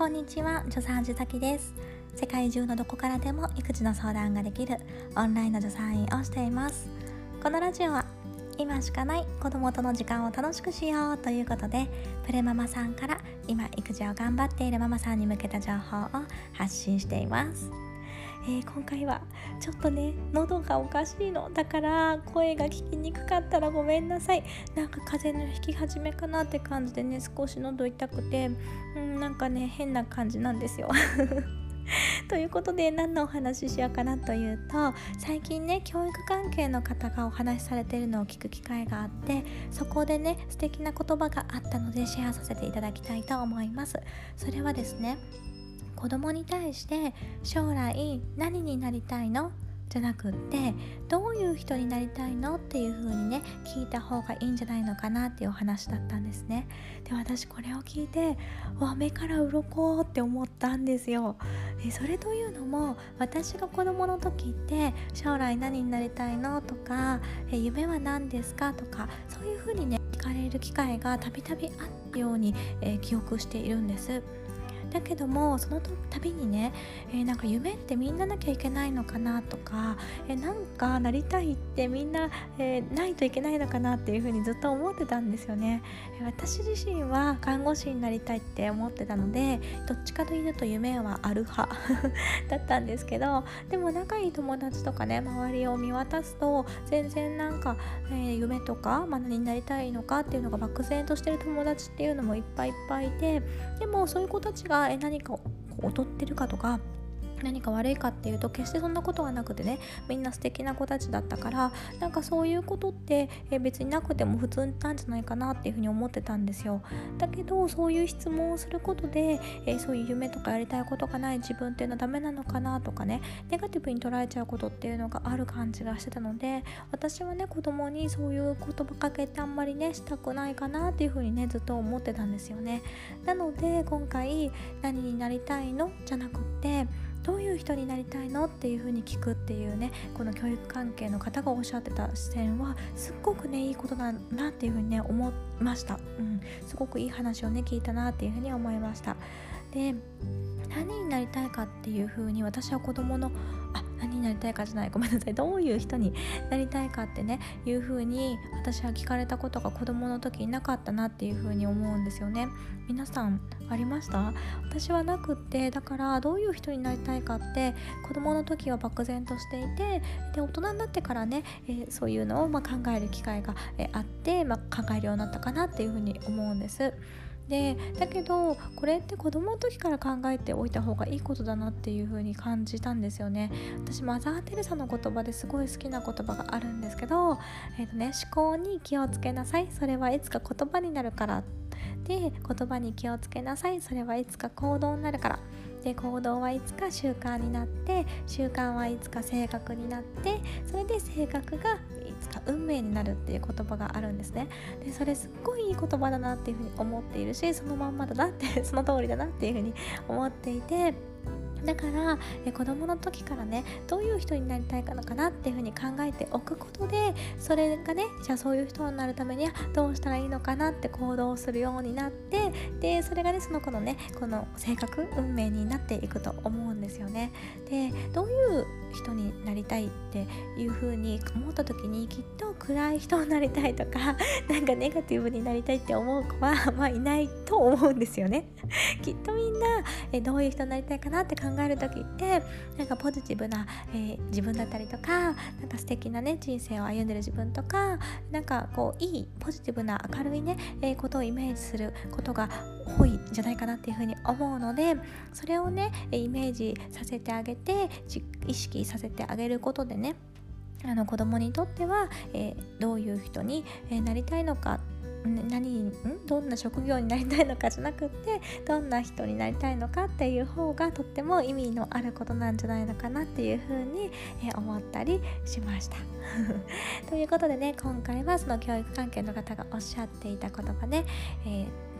こんにちは、助産師崎です。世界中のどこからでも育児の相談ができるオンラインの助産院をしています。このラジオは今しかない子供との時間を楽しくしようということで、プレママさんから今育児を頑張っているママさんに向けた情報を発信しています。今回はちょっとね喉がおかしいのだから声が聞きにくかったらごめんなさい。なんか風邪のひき始めかなって感じでね、少し喉痛くてなんかね変な感じなんですよということで、何のお話ししようかなというと、最近ね教育関係の方がお話しされているのを聞く機会があって、そこでね素敵な言葉があったのでシェアさせていただきたいと思います。それはですね、子供に対して将来何になりたいのじゃなくって、どういう人になりたいのっていう風にね聞いた方がいいんじゃないのかなっていうお話だったんですね。で、私これを聞いて目から鱗って思ったんですよ。それというのも、私が子供の時って将来何になりたいのとか夢は何ですかとか、そういう風にね聞かれる機会がたびたびあったように記憶しているんです。だけどもその度にね、なんか夢ってみんななきゃいけないのかなとか、なんかなりたいってみんな、ないといけないのかなっていうふうにずっと思ってたんですよね。私自身は看護師になりたいって思ってたので、どっちかというと夢はある派だったんですけど、でも仲いい友達とかね周りを見渡すと全然なんか、夢とか、何になりたいのかっていうのが漠然としてる友達っていうのもいっぱいいっぱいいて、でもそういう子たちが何か劣ってるかとか何か悪いかっていうと決してそんなことはなくてね、みんな素敵な子たちだったから、なんかそういうことって別になくても普通なんじゃないかなっていうふうに思ってたんですよ。だけどそういう質問をすることで、そういう夢とかやりたいことがない自分っていうのはダメなのかなとかね、ネガティブに捉えちゃうことっていうのがある感じがしてたので、私はね子供にそういう言葉かけってあんまりねしたくないかなっていうふうにねずっと思ってたんですよね。なので今回何になりたいのじゃなくってどういう人になりたいのっていう風に聞くっていうね、この教育関係の方がおっしゃってた視線はすっごくねいいことだなっていう風にね思いました。すごくいい話をね聞いたなっていう風に思いました。で、何になりたいかっていう風に、私は子供の何になりたいかじゃない、ごめんなさい、どういう人になりたいかってねいう風に私は聞かれたことが子供の時になかったなっていう風に思うんですよね。皆さんありました？私はなくって、だからどういう人になりたいかって子供の時は漠然としていて、で大人になってからね、そういうのを考える機会があって、考えるようになったかなっていう風に思うんです。でだけどこれって子供の時から考えておいた方がいいことだなっていう風に感じたんですよね。私マザー・テレサの言葉ですごい好きな言葉があるんですけど、思考に気をつけなさい、それはいつか言葉になるから。で、言葉に気をつけなさい、それはいつか行動になるから。で、行動はいつか習慣になって、習慣はいつか性格になって、それで性格がいつか運命になるっていう言葉があるんですね。で、それすっごいいい言葉だなっていうふうに思っているし、そのまんまだなってその通りだなっていうふうに思っていて、だから子供の時からねどういう人になりたいかなっていうふうに考えておくことで、それがねじゃあそういう人になるためにはどうしたらいいのかなって行動するようになって、でそれがねその子のねこの性格運命になっていくと思うんですよね。で、どういう人になりたいっていうふうに思った時に、きっと暗い人になりたいとかなんかネガティブになりたいって思う子はいないと思うんですよねきっとみんなどういう人になりたいかなって考える時って、なんかポジティブな、自分だったりとか、なんか素敵なね人生を歩んでる自分とか、なんかこういいポジティブな明るいね、ことをイメージすることが多いんじゃないかなっていうふうに思うので、それをねイメージさせてあげて意識させてあげることでね、子供にとっては、どういう人になりたいのか、どんな職業になりたいのかじゃなくって、どんな人になりたいのかっていう方がとっても意味のあることなんじゃないのかなっていうふうに思ったりしましたということでね、今回はその教育関係の方がおっしゃっていた言葉ね、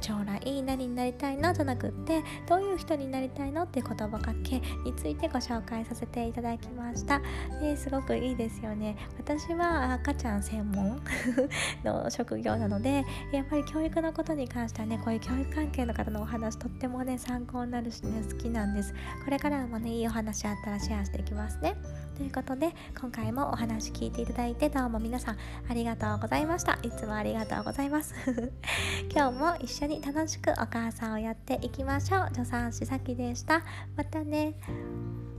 将来何になりたいのじゃなくって、どういう人になりたいのっていう言葉かけについてご紹介させていただきました。すごくいいですよね。私は赤ちゃん専門の職業なので、やっぱり教育のことに関してはね、こういう教育関係の方のお話とってもね参考になるしね、好きなんです。これからもね、いいお話あったらシェアしていきますね。ということで、今回もお話聞いていただいてどうも皆さんありがとうございました。いつもありがとうございます今日も一緒に楽しくお母さんをやっていきましょう。助産師さきでした。またね。